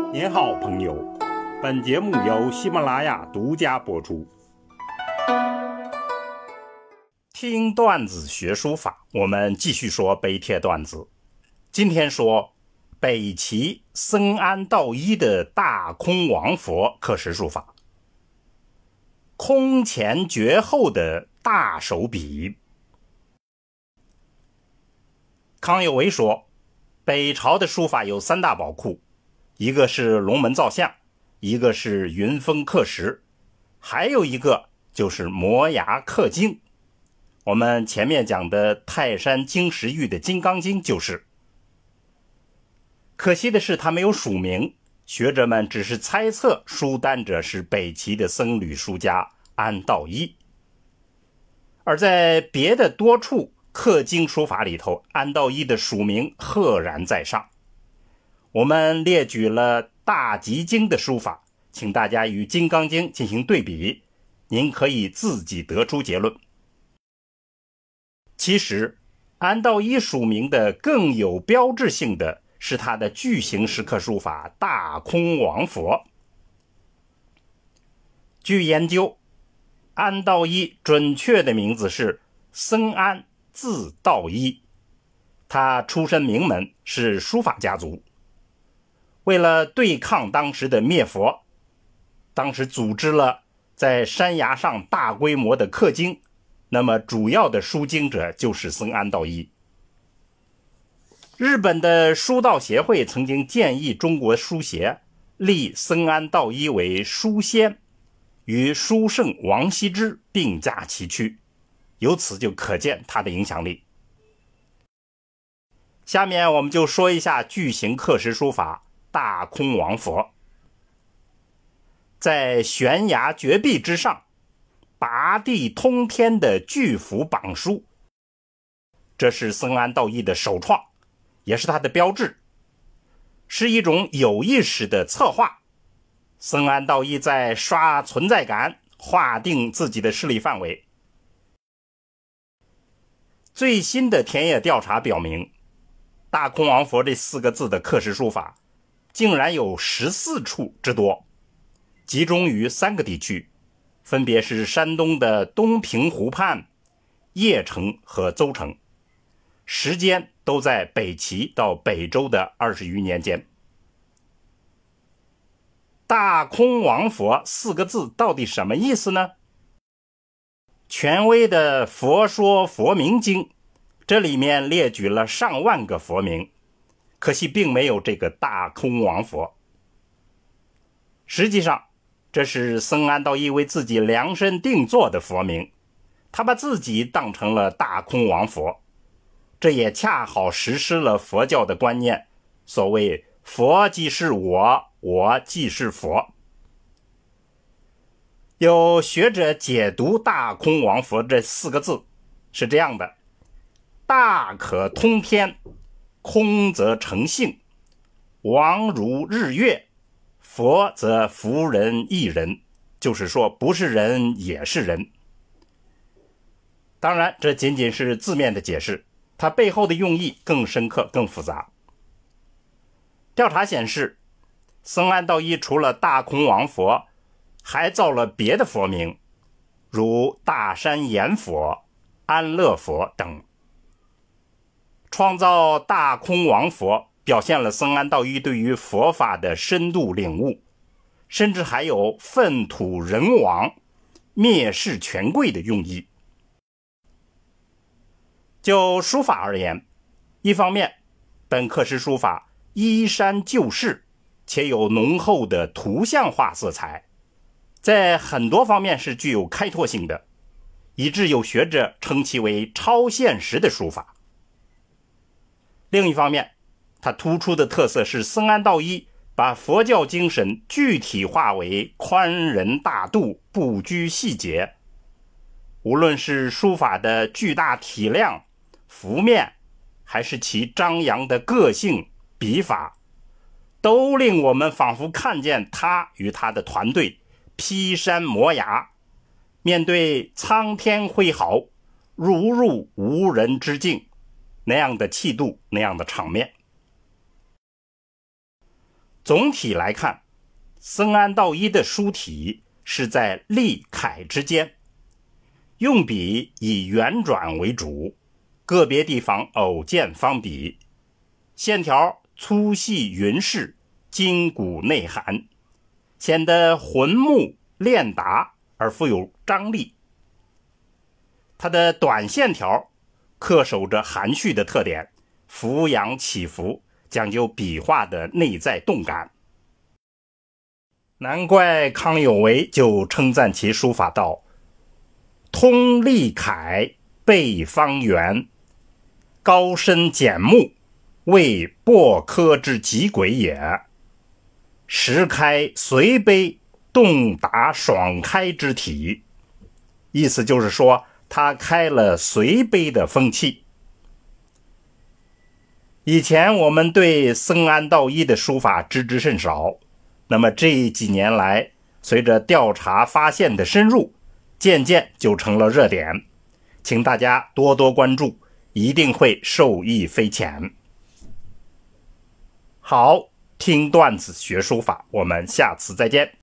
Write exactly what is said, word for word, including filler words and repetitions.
您好，朋友。本节目由喜马拉雅独家播出。听段子学书法，我们继续说碑帖段子。今天说北齐僧安道一的大空王佛刻石书法，空前绝后的大手笔。康有为说，北朝的书法有三大宝库，一个是龙门造像，一个是云峰刻石，还有一个就是摩崖刻经。我们前面讲的泰山经石玉的金刚经就是。可惜的是它没有署名，学者们只是猜测书单者是北齐的僧侣书家安道一。而在别的多处刻经书法里头，安道一的署名赫然在上。我们列举了大集经的书法，请大家与金刚经进行对比，您可以自己得出结论。其实安道一署名的更有标志性的是他的巨型石刻书法大空王佛。据研究，安道一准确的名字是僧安，字道一，他出身名门，是书法家族。为了对抗当时的灭佛，当时组织了在山崖上大规模的刻经，那么主要的书经者就是僧安道一。日本的书道协会曾经建议中国书协立僧安道一为书仙，与书圣王羲之并驾齐驱，由此就可见他的影响力。下面我们就说一下巨型刻石书法大空王佛。在悬崖绝壁之上，拔地通天的巨幅榜书，这是僧安道一的首创，也是他的标志，是一种有意识的策划。僧安道一在刷存在感，划定自己的势力范围。最新的田野调查表明，大空王佛这四个字的刻石书法竟然有十四处之多，集中于三个地区，分别是山东的东平湖畔、邺城和邹城，时间都在北齐到北周的二十余年间。大空王佛四个字到底什么意思呢？权威的《佛说佛名经》这里面列举了上万个佛名，可惜并没有这个大空王佛。实际上这是僧安道一为自己量身定做的佛名，他把自己当成了大空王佛，这也恰好实施了佛教的观念，所谓佛即是我，我即是佛。有学者解读大空王佛这四个字是这样的：大可通天，空则成性，王如日月，佛则服人一人，就是说不是人也是人。当然这仅仅是字面的解释，它背后的用意更深刻更复杂。调查显示，僧安道一除了大空王佛，还造了别的佛名，如大山岩佛、安乐佛等。创造大空王佛表现了僧安道一对于佛法的深度领悟，甚至还有粪土人亡、蔑视权贵的用意。就书法而言，一方面本刻石书法依山就势，且有浓厚的图像化色彩，在很多方面是具有开拓性的，以致有学者称其为超现实的书法。另一方面，它突出的特色是僧安道一把佛教精神具体化为宽仁大度，不拘细节。无论是书法的巨大体量、幅面，还是其张扬的个性、笔法，都令我们仿佛看见他与他的团队劈山磨崖，面对苍天挥毫，如入无人之境，那样的气度，那样的场面。 总体来看，僧安道一的书体是在隶楷之间，用笔以圆转为主，个别地方偶见方笔，线条粗细匀实，筋骨内涵，显得浑木练达而富有张力。它的短线条恪守着含蓄的特点，俯仰起伏，讲究笔画的内在动感。难怪康有为就称赞其书法道：通隶楷，背方圆，高深简目，为薄柯之极轨也。时开随悲，动达爽开之体。意思就是说，他开了随悲的风气。以前我们对僧安道一的书法知之甚少，那么这几年来，随着调查发现的深入，渐渐就成了热点，请大家多多关注，一定会受益匪浅。好，听段子学书法，我们下次再见。